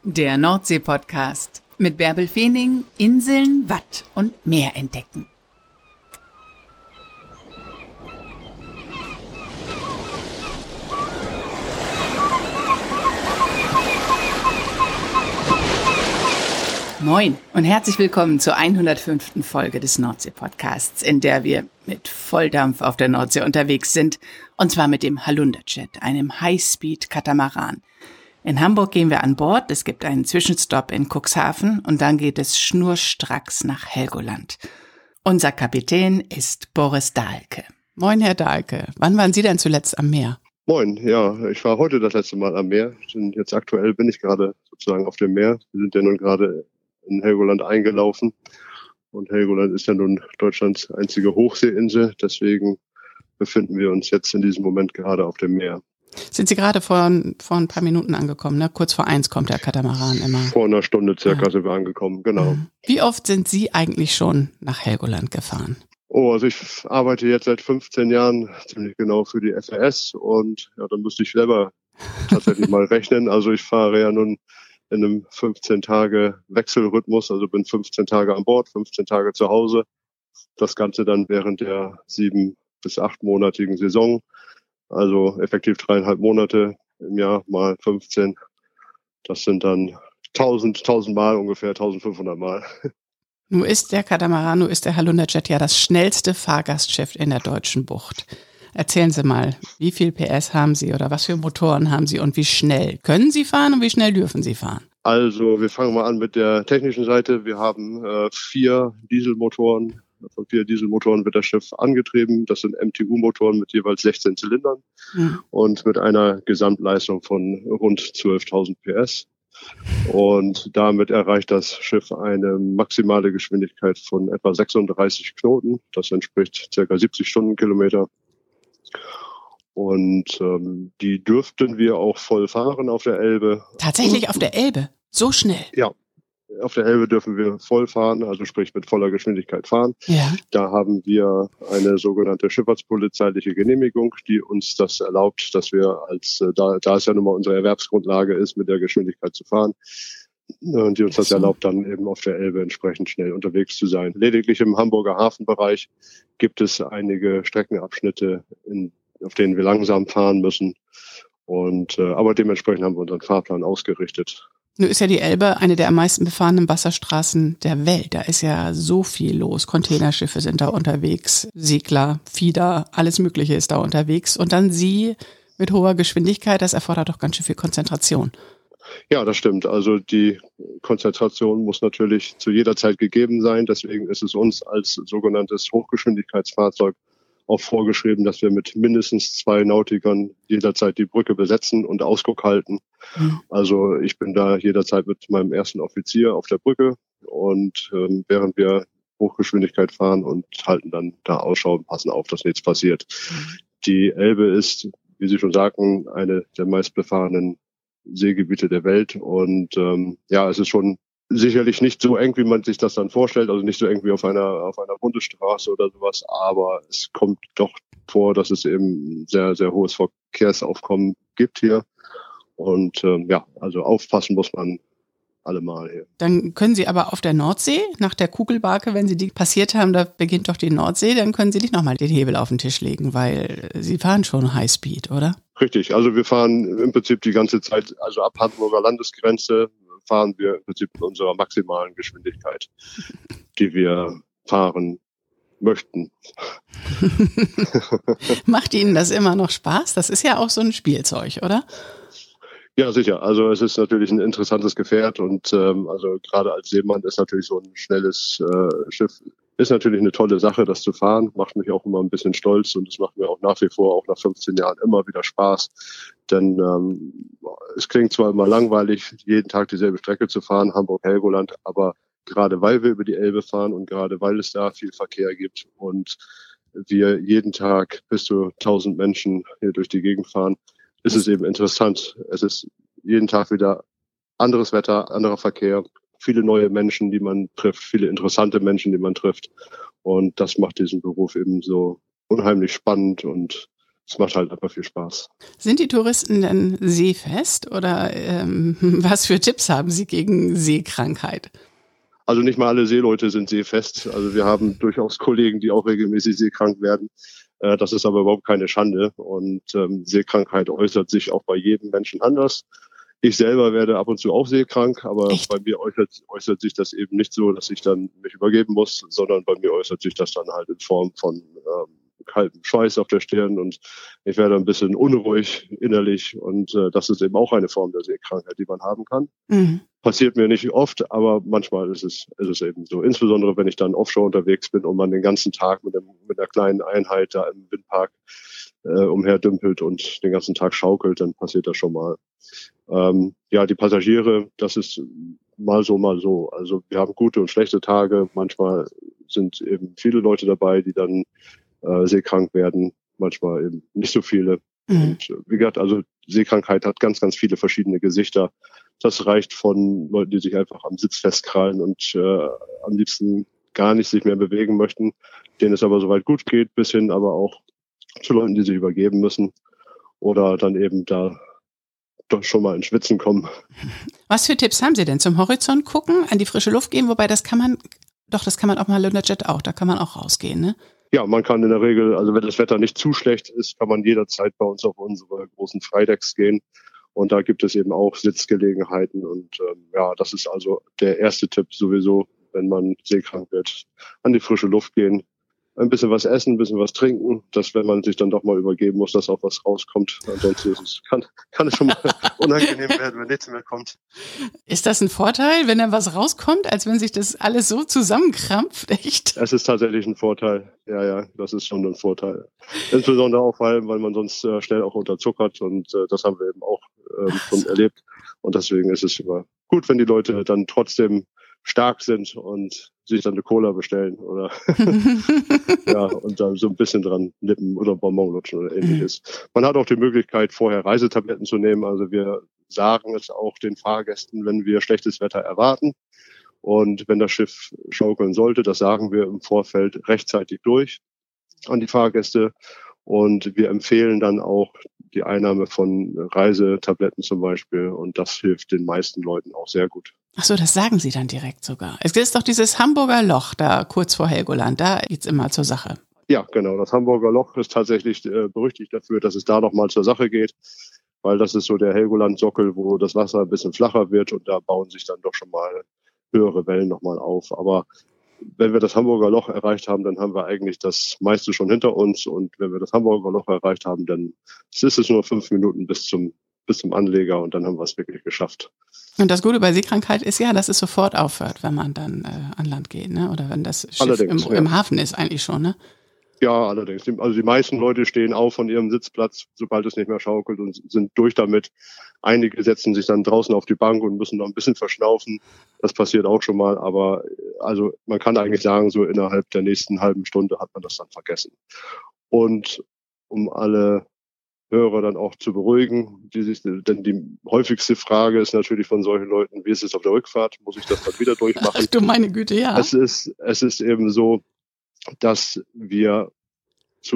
Der Nordsee-Podcast mit Bärbel Feening, Inseln, Watt und Meer entdecken. Moin und herzlich willkommen zur 105. Folge des Nordsee-Podcasts, in der wir mit Volldampf auf der Nordsee unterwegs sind, und zwar mit dem Halunderjet, einem Highspeed-Katamaran. In Hamburg gehen wir an Bord, es gibt einen Zwischenstopp in Cuxhaven und dann geht es schnurstracks nach Helgoland. Unser Kapitän ist Boris Dahlke. Moin, Herr Dahlke. Wann waren Sie denn zuletzt am Meer? Moin, ja, ich war heute das letzte Mal am Meer. Jetzt aktuell bin ich gerade sozusagen auf dem Meer. Wir sind ja nun gerade in Helgoland eingelaufen. Und Helgoland ist ja nun Deutschlands einzige Hochseeinsel. Deswegen befinden wir uns jetzt in diesem Moment gerade auf dem Meer. Sind Sie gerade vor ein paar Minuten angekommen, ne? Kurz vor 1 kommt der Katamaran immer. Vor einer Stunde circa sind wir angekommen, genau. Wie oft sind Sie eigentlich schon nach Helgoland gefahren? Also ich arbeite jetzt seit 15 Jahren ziemlich genau für die FAS und ja, dann müsste ich selber tatsächlich mal rechnen. Also ich fahre ja nun in einem 15-Tage-Wechselrhythmus, also bin 15 Tage an Bord, 15 Tage zu Hause. Das Ganze dann während der 7- bis 8-monatigen Saison. Also effektiv 3,5 Monate im Jahr mal 15. Das sind dann 1000 Mal ungefähr, 1500 Mal. Nun ist der Katamaran, nun ist der Halunderjet ja das schnellste Fahrgastschiff in der deutschen Bucht. Erzählen Sie mal, wie viel PS haben Sie oder was für Motoren haben Sie und wie schnell können Sie fahren und wie schnell dürfen Sie fahren? Also wir fangen mal an mit der technischen Seite. Wir haben 4 Dieselmotoren. Von 4 Dieselmotoren wird das Schiff angetrieben. Das sind MTU-Motoren mit jeweils 16 Zylindern und mit einer Gesamtleistung von rund 12.000 PS. Und damit erreicht das Schiff eine maximale Geschwindigkeit von etwa 36 Knoten. Das entspricht ca. 70 Stundenkilometer. Und die dürften wir auch voll fahren auf der Elbe. Tatsächlich auf der Elbe? So schnell? Ja. Auf der Elbe dürfen wir voll fahren, also sprich mit voller Geschwindigkeit fahren. Ja. Da haben wir eine sogenannte schifffahrtspolizeiliche Genehmigung, die uns das erlaubt, dass wir da es ja nun mal unsere Erwerbsgrundlage ist, mit der Geschwindigkeit zu fahren, und die uns das erlaubt, dann eben auf der Elbe entsprechend schnell unterwegs zu sein. Lediglich im Hamburger Hafenbereich gibt es einige Streckenabschnitte, auf denen wir langsam fahren müssen. Aber dementsprechend haben wir unseren Fahrplan ausgerichtet. Nun ist ja die Elbe eine der am meisten befahrenen Wasserstraßen der Welt. Da ist ja so viel los. Containerschiffe sind da unterwegs, Segler, Fieder, alles Mögliche ist da unterwegs. Und dann Sie mit hoher Geschwindigkeit, das erfordert doch ganz schön viel Konzentration. Ja, das stimmt. Also die Konzentration muss natürlich zu jeder Zeit gegeben sein. Deswegen ist es uns als sogenanntes Hochgeschwindigkeitsfahrzeug auch vorgeschrieben, dass wir mit mindestens 2 Nautikern jederzeit die Brücke besetzen und Ausguck halten. Also ich bin da jederzeit mit meinem ersten Offizier auf der Brücke und während wir Hochgeschwindigkeit fahren und halten dann da Ausschau und passen auf, dass nichts passiert. Die Elbe ist, wie Sie schon sagten, eine der meistbefahrenen Seegebiete der Welt und es ist schon sicherlich nicht so eng, wie man sich das dann vorstellt, also nicht so eng wie auf einer Bundesstraße oder sowas, aber es kommt doch vor, dass es eben sehr, sehr hohes Verkehrsaufkommen gibt hier. Und also aufpassen muss man allemal hier. Dann können Sie aber auf der Nordsee, nach der Kugelbarke, wenn Sie die passiert haben, da beginnt doch die Nordsee, dann können Sie nicht nochmal den Hebel auf den Tisch legen, weil Sie fahren schon Highspeed, oder? Richtig, also wir fahren im Prinzip die ganze Zeit, also ab Hamburger Landesgrenze fahren wir im Prinzip mit unserer maximalen Geschwindigkeit, die wir fahren möchten. Macht Ihnen das immer noch Spaß? Das ist ja auch so ein Spielzeug, oder? Ja, sicher. Also es ist natürlich ein interessantes Gefährt und also gerade als Seemann ist natürlich so ein schnelles Schiff ist natürlich eine tolle Sache, das zu fahren. Macht mich auch immer ein bisschen stolz und es macht mir auch nach wie vor, auch nach 15 Jahren, immer wieder Spaß. Denn es klingt zwar immer langweilig, jeden Tag dieselbe Strecke zu fahren, Hamburg-Helgoland, aber gerade weil wir über die Elbe fahren und gerade weil es da viel Verkehr gibt und wir jeden Tag bis zu 1000 Menschen hier durch die Gegend fahren, ist es eben interessant. Es ist jeden Tag wieder anderes Wetter, anderer Verkehr, viele neue Menschen, die man trifft, viele interessante Menschen, die man trifft. Und das macht diesen Beruf eben so unheimlich spannend und es macht halt einfach viel Spaß. Sind die Touristen denn seefest oder was für Tipps haben Sie gegen Seekrankheit? Also nicht mal alle Seeleute sind seefest. Also wir haben durchaus Kollegen, die auch regelmäßig seekrank werden. Das ist aber überhaupt keine Schande. Und Seekrankheit äußert sich auch bei jedem Menschen anders. Ich selber werde ab und zu auch seekrank, aber Echt? bei mir äußert sich das eben nicht so, dass ich dann mich übergeben muss, sondern bei mir äußert sich das dann halt in Form von kaltem Schweiß auf der Stirn und ich werde ein bisschen unruhig innerlich und das ist eben auch eine Form der Seekrankheit, die man haben kann. Mhm. Passiert mir nicht oft, aber manchmal ist es eben so. Insbesondere wenn ich dann offshore unterwegs bin und man den ganzen Tag mit einer kleinen Einheit da im Windpark umherdümpelt und den ganzen Tag schaukelt, dann passiert das schon mal. Ja, die Passagiere, das ist mal so, mal so. Also wir haben gute und schlechte Tage. Manchmal sind eben viele Leute dabei, die dann seekrank werden, manchmal eben nicht so viele. Mhm. Und wie gesagt, also Seekrankheit hat ganz, ganz viele verschiedene Gesichter. Das reicht von Leuten, die sich einfach am Sitz festkrallen und am liebsten gar nicht sich mehr bewegen möchten, denen es aber soweit gut geht, bis hin aber auch zu Leuten, die sich übergeben müssen oder dann eben da doch schon mal ins Schwitzen kommen. Was für Tipps haben Sie denn zum Horizont gucken, an die frische Luft gehen? Wobei das kann man auch mal Lunderjet auch, da kann man auch rausgehen, ne? Ja, man kann in der Regel, also wenn das Wetter nicht zu schlecht ist, kann man jederzeit bei uns auf unsere großen Freidecks gehen. Und da gibt es eben auch Sitzgelegenheiten. Und ja, das ist also der erste Tipp sowieso, wenn man seekrank wird, an die frische Luft gehen. Ein bisschen was essen, ein bisschen was trinken, dass wenn man sich dann doch mal übergeben muss, dass auch was rauskommt. Ansonsten kann es schon mal unangenehm werden, wenn nichts mehr kommt. Ist das ein Vorteil, wenn dann was rauskommt, als wenn sich das alles so zusammenkrampft? Echt? Es ist tatsächlich ein Vorteil. Ja, das ist schon ein Vorteil. Insbesondere auch, weil man sonst schnell auch unterzuckert und das haben wir eben auch schon erlebt. Und deswegen ist es immer gut, wenn die Leute dann trotzdem stark sind und sich dann eine Cola bestellen oder ja, und dann so ein bisschen dran nippen oder Bonbon lutschen oder ähnliches. Man hat auch die Möglichkeit, vorher Reisetabletten zu nehmen. Also wir sagen es auch den Fahrgästen, wenn wir schlechtes Wetter erwarten. Und wenn das Schiff schaukeln sollte, das sagen wir im Vorfeld rechtzeitig durch an die Fahrgäste. Und wir empfehlen dann auch die Einnahme von Reisetabletten zum Beispiel. Und das hilft den meisten Leuten auch sehr gut. Ach so, das sagen Sie dann direkt sogar. Es ist doch dieses Hamburger Loch da kurz vor Helgoland, da geht's immer zur Sache. Ja, genau. Das Hamburger Loch ist tatsächlich berüchtigt dafür, dass es da nochmal zur Sache geht, weil das ist so der Helgoland-Sockel, wo das Wasser ein bisschen flacher wird und da bauen sich dann doch schon mal höhere Wellen nochmal auf. Aber wenn wir das Hamburger Loch erreicht haben, dann haben wir eigentlich das meiste schon hinter uns. Und wenn wir das Hamburger Loch erreicht haben, dann ist es nur 5 Minuten bis zum Anleger und dann haben wir es wirklich geschafft. Und das Gute bei Seekrankheit ist ja, dass es sofort aufhört, wenn man dann an Land geht, ne? Oder wenn das Schiff im Hafen ist eigentlich schon, ne? Ja, allerdings. Also die meisten Leute stehen auf von ihrem Sitzplatz, sobald es nicht mehr schaukelt und sind durch damit. Einige setzen sich dann draußen auf die Bank und müssen noch ein bisschen verschnaufen. Das passiert auch schon mal. Aber also man kann eigentlich sagen, so innerhalb der nächsten halben Stunde hat man das dann vergessen. Und um alle Hörer dann auch zu beruhigen, denn die häufigste Frage ist natürlich von solchen Leuten, wie ist es auf der Rückfahrt? Muss ich das dann wieder durchmachen? Ach du meine Güte, ja. Es ist eben so, dass wir zu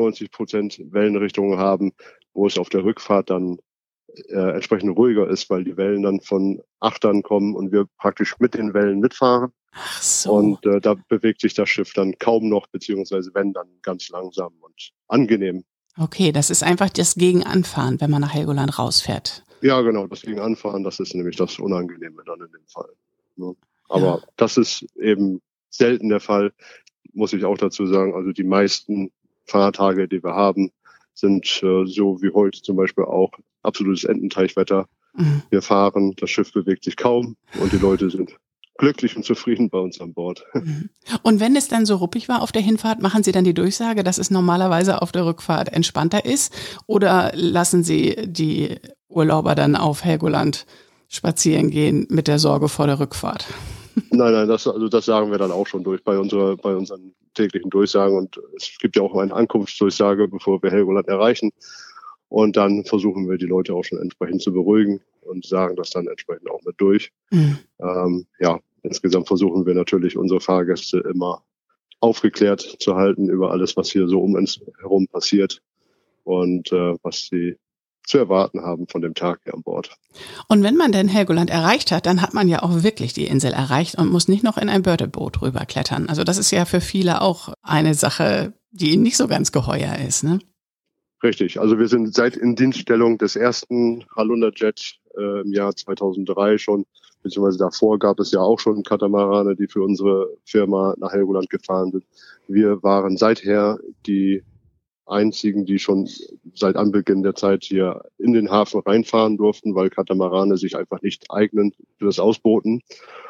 99% Wellenrichtungen haben, wo es auf der Rückfahrt dann entsprechend ruhiger ist, weil die Wellen dann von Achtern kommen und wir praktisch mit den Wellen mitfahren. Ach so. Und da bewegt sich das Schiff dann kaum noch, beziehungsweise wenn, dann ganz langsam und angenehm. Okay, das ist einfach das Gegenanfahren, wenn man nach Helgoland rausfährt. Ja, genau, das Gegenanfahren, das ist nämlich das Unangenehme dann in dem Fall. Ja. Aber das ist eben selten der Fall, muss ich auch dazu sagen. Also die meisten Fahrtage, die wir haben, sind so wie heute zum Beispiel auch absolutes Ententeichwetter. Mhm. Wir fahren, das Schiff bewegt sich kaum und die Leute sind glücklich und zufrieden bei uns an Bord. Mhm. Und wenn es dann so ruppig war auf der Hinfahrt, machen Sie dann die Durchsage, dass es normalerweise auf der Rückfahrt entspannter ist? Oder lassen Sie die Urlauber dann auf Helgoland spazieren gehen mit der Sorge vor der Rückfahrt? Nein, das sagen wir dann auch schon durch bei unseren täglichen Durchsagen. Und es gibt ja auch eine Ankunftsdurchsage, bevor wir Helgoland erreichen. Und dann versuchen wir die Leute auch schon entsprechend zu beruhigen und sagen das dann entsprechend auch mit durch. Mhm. Insgesamt versuchen wir natürlich unsere Fahrgäste immer aufgeklärt zu halten über alles, was hier so um uns herum passiert. und was sie zu erwarten haben von dem Tag hier an Bord. Und wenn man denn Helgoland erreicht hat, dann hat man ja auch wirklich die Insel erreicht und muss nicht noch in ein Börteboot rüberklettern. Also das ist ja für viele auch eine Sache, die ihnen nicht so ganz geheuer ist, ne? Richtig, also wir sind seit Indienststellung des ersten Halunderjet im Jahr 2003 schon, beziehungsweise davor gab es ja auch schon Katamarane, die für unsere Firma nach Helgoland gefahren sind. Wir waren seither die einzigen, die schon seit Anbeginn der Zeit hier in den Hafen reinfahren durften, weil Katamarane sich einfach nicht eignen für das Ausbooten.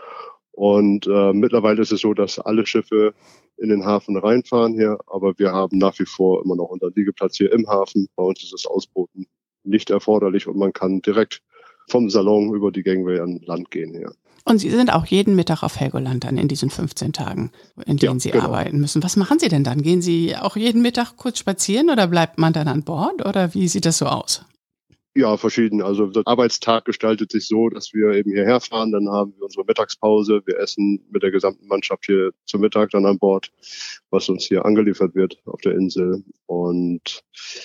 Und mittlerweile ist es so, dass alle Schiffe in den Hafen reinfahren hier, aber wir haben nach wie vor immer noch unseren Liegeplatz hier im Hafen. Bei uns ist das Ausbooten nicht erforderlich und man kann direkt vom Salon über die Gangway an Land gehen hier. Und Sie sind auch jeden Mittag auf Helgoland dann in diesen 15 Tagen, in denen Sie arbeiten müssen. Was machen Sie denn dann? Gehen Sie auch jeden Mittag kurz spazieren oder bleibt man dann an Bord oder wie sieht das so aus? Ja, verschieden. Also der Arbeitstag gestaltet sich so, dass wir eben hierher fahren, dann haben wir unsere Mittagspause, wir essen mit der gesamten Mannschaft hier zu Mittag dann an Bord, was uns hier angeliefert wird auf der Insel. Und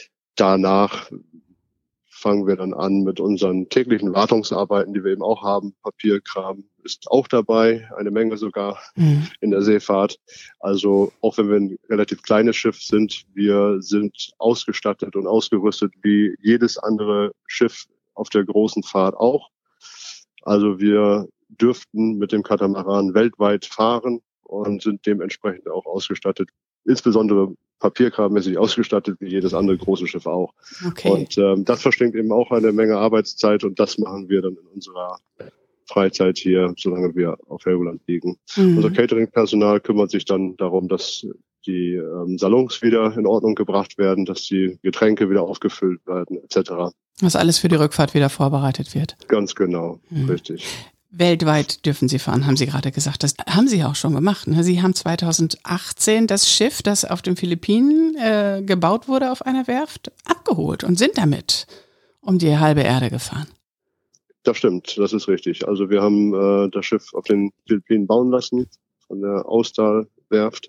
danach fangen wir dann an mit unseren täglichen Wartungsarbeiten, die wir eben auch haben. Papierkram ist auch dabei, eine Menge sogar in der Seefahrt. Also auch wenn wir ein relativ kleines Schiff sind, wir sind ausgestattet und ausgerüstet wie jedes andere Schiff auf der großen Fahrt auch. Also wir dürften mit dem Katamaran weltweit fahren und sind dementsprechend auch ausgestattet, insbesondere papierkrammäßig ausgestattet, wie jedes andere große Schiff auch. Okay. Und das verschlingt eben auch eine Menge Arbeitszeit und das machen wir dann in unserer Freizeit hier, solange wir auf Helgoland liegen. Unser Catering-Personal kümmert sich dann darum, dass die Salons wieder in Ordnung gebracht werden, dass die Getränke wieder aufgefüllt werden, etc. Dass alles für die Rückfahrt wieder vorbereitet wird. Ganz genau, richtig. Weltweit dürfen Sie fahren, haben Sie gerade gesagt. Das haben Sie auch schon gemacht. Ne? Sie haben 2018 das Schiff, das auf den Philippinen gebaut wurde auf einer Werft, abgeholt und sind damit um die halbe Erde gefahren. Das stimmt, das ist richtig. Also wir haben das Schiff auf den Philippinen bauen lassen von der Austal-Werft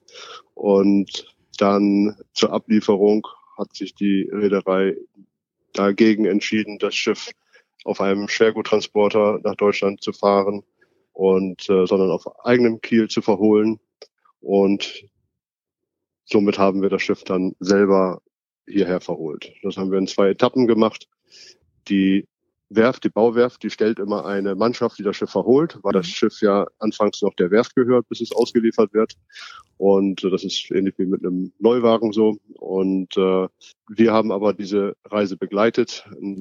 und dann zur Ablieferung hat sich die Reederei dagegen entschieden, das Schiff auf einem Schergo-Transporter nach Deutschland zu fahren und sondern auf eigenem Kiel zu verholen. Und somit haben wir das Schiff dann selber hierher verholt. Das haben wir in 2 Etappen gemacht. Die Bauwerft, die stellt immer eine Mannschaft, die das Schiff verholt, weil das Schiff ja anfangs noch der Werft gehört, bis es ausgeliefert wird. Und das ist ähnlich wie mit einem Neuwagen so. Und wir haben aber diese Reise begleitet.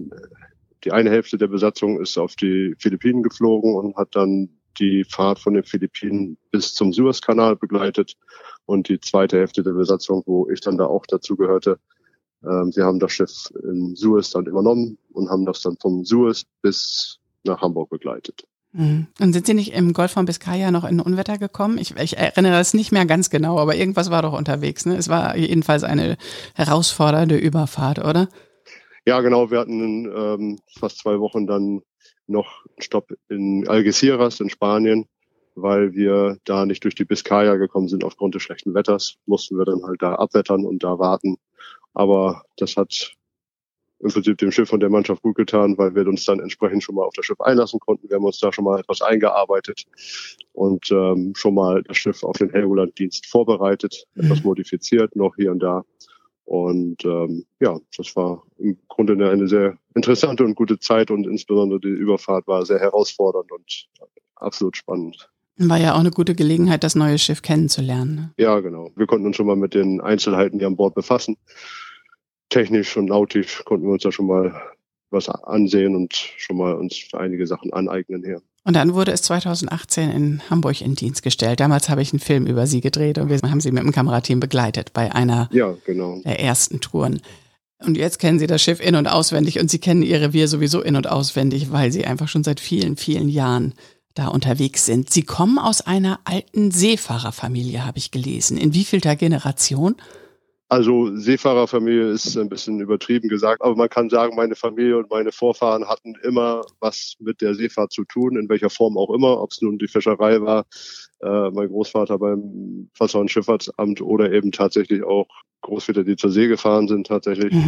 Die eine Hälfte der Besatzung ist auf die Philippinen geflogen und hat dann die Fahrt von den Philippinen bis zum Suezkanal begleitet. Und die zweite Hälfte der Besatzung, wo ich dann da auch dazu gehörte, sie haben das Schiff in Suez dann übernommen und haben das dann vom Suez bis nach Hamburg begleitet. Und sind Sie nicht im Golf von Biskaya noch in Unwetter gekommen? Ich erinnere das nicht mehr ganz genau, aber irgendwas war doch unterwegs, ne? Es war jedenfalls eine herausfordernde Überfahrt, oder? Ja, genau. Wir hatten in fast 2 Wochen dann noch einen Stopp in Algeciras in Spanien, weil wir da nicht durch die Biskaya gekommen sind aufgrund des schlechten Wetters. Mussten wir dann halt da abwettern und da warten. Aber das hat im Prinzip dem Schiff und der Mannschaft gut getan, weil wir uns dann entsprechend schon mal auf das Schiff einlassen konnten. Wir haben uns da schon mal etwas eingearbeitet und schon mal das Schiff auf den Helgoland-Dienst vorbereitet, etwas modifiziert, noch hier und da. Und ja, das war im Grunde eine sehr interessante und gute Zeit und insbesondere die Überfahrt war sehr herausfordernd und absolut spannend. War ja auch eine gute Gelegenheit, das neue Schiff kennenzulernen. Ne? Ja, genau. Wir konnten uns schon mal mit den Einzelheiten hier an Bord befassen. Technisch und nautisch konnten wir uns da schon mal was ansehen und schon mal uns einige Sachen aneignen hier. Und dann wurde es 2018 in Hamburg in Dienst gestellt. Damals habe ich einen Film über Sie gedreht und wir haben Sie mit dem Kamerateam begleitet bei einer der ersten Touren. Und jetzt kennen Sie das Schiff in- und auswendig und Sie kennen Ihr Revier sowieso in- und auswendig, weil Sie einfach schon seit vielen, vielen Jahren da unterwegs sind. Sie kommen aus einer alten Seefahrerfamilie, habe ich gelesen. In wievielter Generation? Also Seefahrerfamilie ist ein bisschen übertrieben gesagt, aber man kann sagen, meine Familie und meine Vorfahren hatten immer was mit der Seefahrt zu tun, in welcher Form auch immer, ob es nun die Fischerei war, mein Großvater beim Wasser- und Schifffahrtsamt oder eben tatsächlich auch Großväter, die zur See gefahren sind tatsächlich.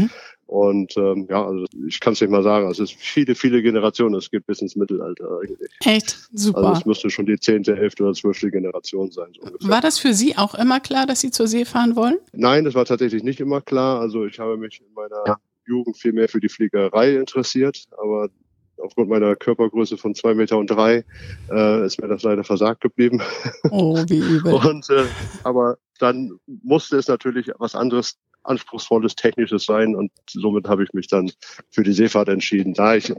Und also ich kann es nicht mal sagen, es ist viele Generationen, es geht bis ins Mittelalter eigentlich. Echt? Super. Also es müsste schon die 10., 11. oder 12. Generation sein. So ungefähr. War das für Sie auch immer klar, dass Sie zur See fahren wollen? Nein, das war tatsächlich nicht immer klar. Also ich habe mich in meiner Jugend viel mehr für die Fliegerei interessiert, aber aufgrund meiner Körpergröße von 2,3 Meter ist mir das leider versagt geblieben. Oh, wie übel. Aber dann musste es natürlich was anderes, anspruchsvolles, technisches sein und somit habe ich mich dann für die Seefahrt entschieden. Da ich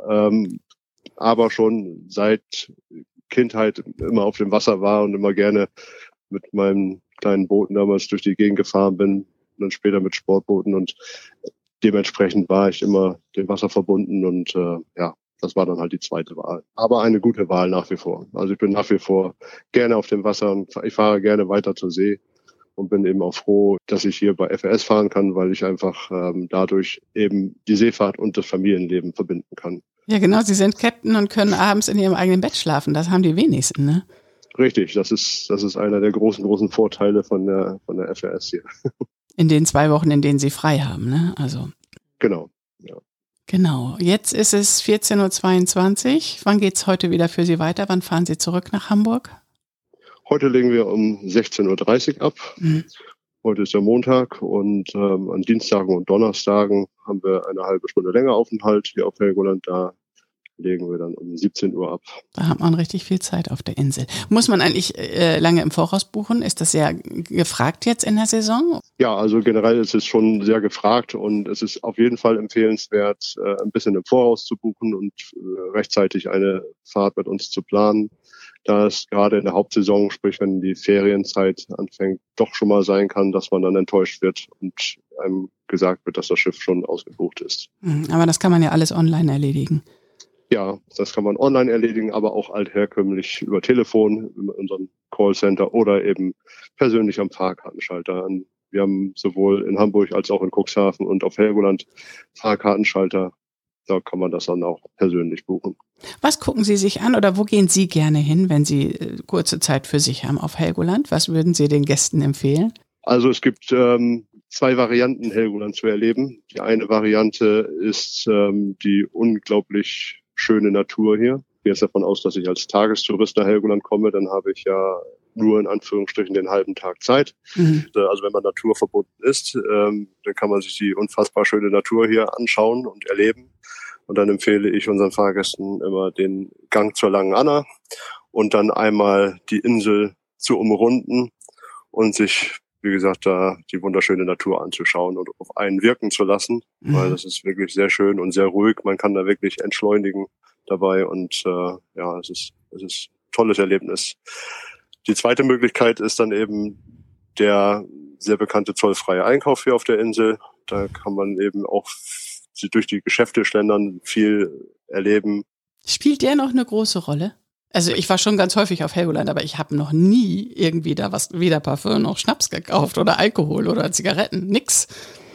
aber schon seit Kindheit immer auf dem Wasser war und immer gerne mit meinen kleinen Booten damals durch die Gegend gefahren bin und dann später mit Sportbooten und dementsprechend war ich immer dem Wasser verbunden und das war dann halt die zweite Wahl. Aber eine gute Wahl nach wie vor. Also ich bin nach wie vor gerne auf dem Wasser und ich fahre gerne weiter zur See und bin eben auch froh, dass ich hier bei FRS fahren kann, weil ich einfach dadurch eben die Seefahrt und das Familienleben verbinden kann. Ja, genau. Sie sind Captain und können abends in Ihrem eigenen Bett schlafen. Das haben die wenigsten, ne? Richtig. Das ist einer der großen Vorteile von der FRS hier. In den 2 Wochen, in denen Sie frei haben, ne? Also. Genau. Ja. Genau. Jetzt ist es 14:22 Uhr. Wann geht's heute wieder für Sie weiter? Wann fahren Sie zurück nach Hamburg? Heute legen wir um 16:30 Uhr ab. Mhm. Heute ist der Montag und an Dienstagen und Donnerstagen haben wir eine halbe Stunde länger Aufenthalt hier auf Helgoland. Da legen wir dann um 17 Uhr ab. Da hat man richtig viel Zeit auf der Insel. Muss man eigentlich lange im Voraus buchen? Ist das sehr gefragt jetzt in der Saison? Ja, also generell ist es schon sehr gefragt und es ist auf jeden Fall empfehlenswert, ein bisschen im Voraus zu buchen und rechtzeitig eine Fahrt mit uns zu planen, da es gerade in der Hauptsaison, sprich wenn die Ferienzeit anfängt, doch schon mal sein kann, dass man dann enttäuscht wird und einem gesagt wird, dass das Schiff schon ausgebucht ist. Aber das kann man ja alles online erledigen. Ja, das kann man online erledigen, aber auch altherkömmlich über Telefon in unserem Callcenter oder eben persönlich am Fahrkartenschalter. Wir haben sowohl in Hamburg als auch in Cuxhaven und auf Helgoland Fahrkartenschalter. Da kann man das dann auch persönlich buchen. Was gucken Sie sich an oder wo gehen Sie gerne hin, wenn Sie kurze Zeit für sich haben auf Helgoland? Was würden Sie den Gästen empfehlen? Also es gibt 2 Varianten, Helgoland zu erleben. Die eine Variante ist die unglaublich schöne Natur hier. Ich gehe jetzt davon aus, dass ich als Tagestourist nach Helgoland komme, dann habe ich ja nur in Anführungsstrichen den halben Tag Zeit. Mhm. Also wenn man naturverbunden ist, dann kann man sich die unfassbar schöne Natur hier anschauen und erleben. Und dann empfehle ich unseren Fahrgästen immer den Gang zur Langen Anna und dann einmal die Insel zu umrunden und sich, wie gesagt, da die wunderschöne Natur anzuschauen und auf einen wirken zu lassen, weil das ist wirklich sehr schön und sehr ruhig. Man kann da wirklich entschleunigen dabei und es ist ein tolles Erlebnis. Die zweite Möglichkeit ist dann eben der sehr bekannte zollfreie Einkauf hier auf der Insel. Da kann man eben auch durch die Geschäfte schlendern, viel erleben. Spielt der noch eine große Rolle? Also ich war schon ganz häufig auf Helgoland, aber ich habe noch nie irgendwie da weder Parfüm noch Schnaps gekauft oder Alkohol oder Zigaretten, nix.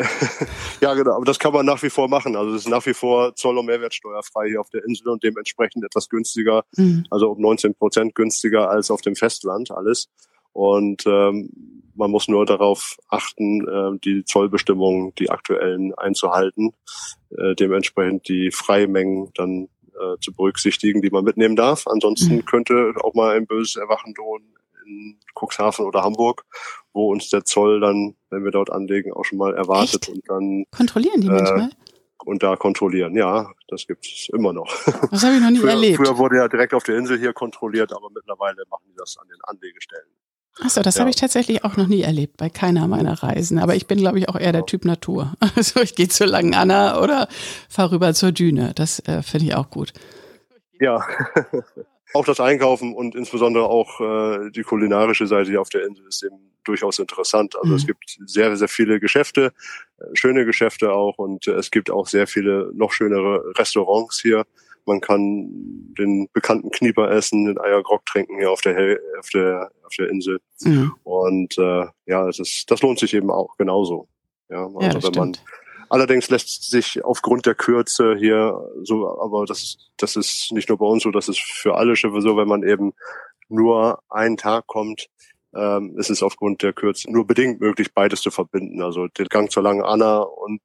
Ja, genau, aber das kann man nach wie vor machen. Also es ist nach wie vor zoll- und mehrwertsteuerfrei hier auf der Insel und dementsprechend etwas günstiger, also um 19% günstiger als auf dem Festland alles. Und man muss nur darauf achten, die Zollbestimmungen, die aktuellen einzuhalten, dementsprechend die Freimengen dann zu berücksichtigen, die man mitnehmen darf. Ansonsten könnte auch mal ein böses Erwachen drohen in Cuxhaven oder Hamburg, wo uns der Zoll dann, wenn wir dort anlegen, auch schon mal erwartet. Echt? Und dann kontrollieren die manchmal? Und da kontrollieren, ja, das gibt es immer noch. Das habe ich noch nie erlebt. Früher wurde ja direkt auf der Insel hier kontrolliert, aber mittlerweile machen die das an den Anlegestellen. Achso, das habe ich tatsächlich auch noch nie erlebt, bei keiner meiner Reisen. Aber ich bin, glaube ich, auch eher der Typ Natur. Also ich gehe zur Langen Anna oder fahre rüber zur Düne. Das finde ich auch gut. Ja, auch das Einkaufen und insbesondere auch die kulinarische Seite hier auf der Insel ist eben durchaus interessant. Also es gibt sehr, sehr viele Geschäfte, schöne Geschäfte auch und es gibt auch sehr viele noch schönere Restaurants hier. Man kann den bekannten Knieper essen, den Eiergrog trinken hier auf der Insel. Und das lohnt sich eben auch genauso. Ja, also wenn man allerdings lässt sich aufgrund der Kürze hier so, aber das ist nicht nur bei uns so, das ist für alle Schiffe so, wenn man eben nur einen Tag kommt, ist es aufgrund der Kürze nur bedingt möglich, beides zu verbinden. Also den Gang zur Langen Anna und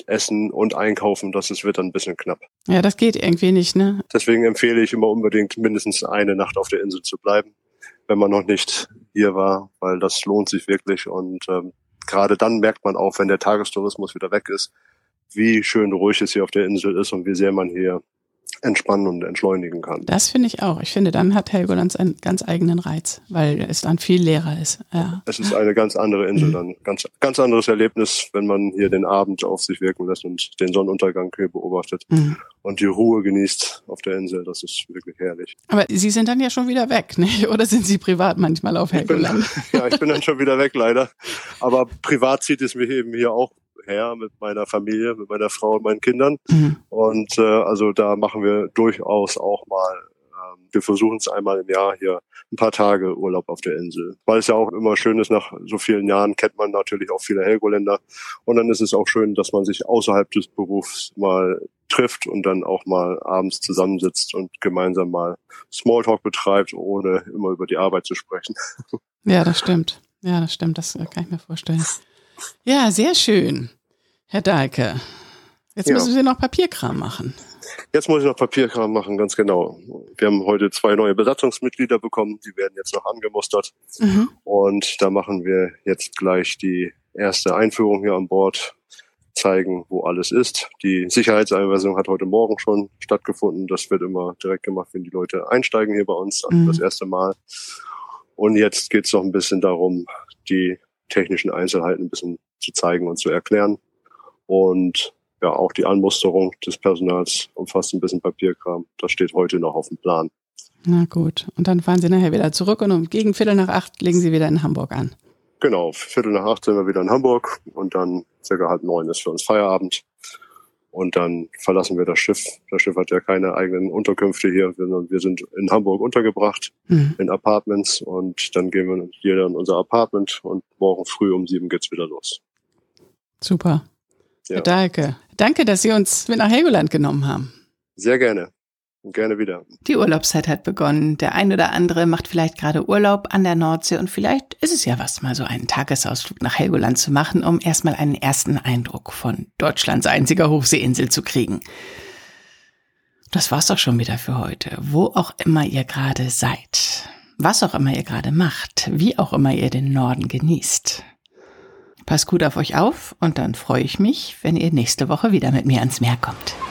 Essen und Einkaufen, wird dann ein bisschen knapp. Ja, das geht irgendwie nicht, ne? Deswegen empfehle ich immer unbedingt, mindestens eine Nacht auf der Insel zu bleiben, wenn man noch nicht hier war, weil das lohnt sich wirklich. Und gerade dann merkt man auch, wenn der Tagestourismus wieder weg ist, wie schön ruhig es hier auf der Insel ist und wie sehr man hier entspannen und entschleunigen kann. Das finde ich auch. Ich finde, dann hat Helgoland einen ganz eigenen Reiz, weil es dann viel leerer ist. Ja. Es ist eine ganz andere Insel, dann ganz anderes Erlebnis, wenn man hier den Abend auf sich wirken lässt und den Sonnenuntergang hier beobachtet und die Ruhe genießt auf der Insel. Das ist wirklich herrlich. Aber Sie sind dann ja schon wieder weg, nicht? Oder sind Sie privat manchmal auf Helgoland? Ich bin dann schon wieder weg, leider. Aber privat zieht es mich eben hier auch her mit meiner Familie, mit meiner Frau und meinen Kindern. Und also da machen wir durchaus auch mal, wir versuchen es einmal im Jahr hier ein paar Tage Urlaub auf der Insel. Weil es ja auch immer schön ist, nach so vielen Jahren kennt man natürlich auch viele Helgoländer. Und dann ist es auch schön, dass man sich außerhalb des Berufs mal trifft und dann auch mal abends zusammensitzt und gemeinsam mal Smalltalk betreibt, ohne immer über die Arbeit zu sprechen. Ja, das stimmt. Das kann ich mir vorstellen. Ja, sehr schön, Herr Dahlke. Jetzt müssen Sie noch Papierkram machen. Jetzt muss ich noch Papierkram machen, ganz genau. Wir haben heute 2 neue Besatzungsmitglieder bekommen, die werden jetzt noch angemustert. Und da machen wir jetzt gleich die erste Einführung hier an Bord, zeigen, wo alles ist. Die Sicherheitseinweisung hat heute Morgen schon stattgefunden. Das wird immer direkt gemacht, wenn die Leute einsteigen hier bei uns, also das erste Mal. Und jetzt geht es noch ein bisschen darum, die technischen Einzelheiten ein bisschen zu zeigen und zu erklären. Und ja, auch die Anmusterung des Personals umfasst ein bisschen Papierkram. Das steht heute noch auf dem Plan. Na gut. Und dann fahren Sie nachher wieder zurück und gegen 7:45 legen Sie wieder in Hamburg an. Genau, 7:45 sind wir wieder in Hamburg und dann circa 8:30 ist für uns Feierabend. Und dann verlassen wir das Schiff. Das Schiff hat ja keine eigenen Unterkünfte hier, sondern wir sind in Hamburg untergebracht, in Apartments. Und dann gehen wir hier in unser Apartment und morgen früh um 7 geht's wieder los. Super. Ja. Herr Dahlke, danke, dass Sie uns mit nach Helgoland genommen haben. Sehr gerne. Und gerne wieder. Die Urlaubszeit hat begonnen. Der ein oder andere macht vielleicht gerade Urlaub an der Nordsee und vielleicht ist es ja was, mal so einen Tagesausflug nach Helgoland zu machen, um erstmal einen ersten Eindruck von Deutschlands einziger Hochseeinsel zu kriegen. Das war's doch schon wieder für heute. Wo auch immer ihr gerade seid, was auch immer ihr gerade macht, wie auch immer ihr den Norden genießt. Passt gut auf euch auf und dann freue ich mich, wenn ihr nächste Woche wieder mit mir ans Meer kommt.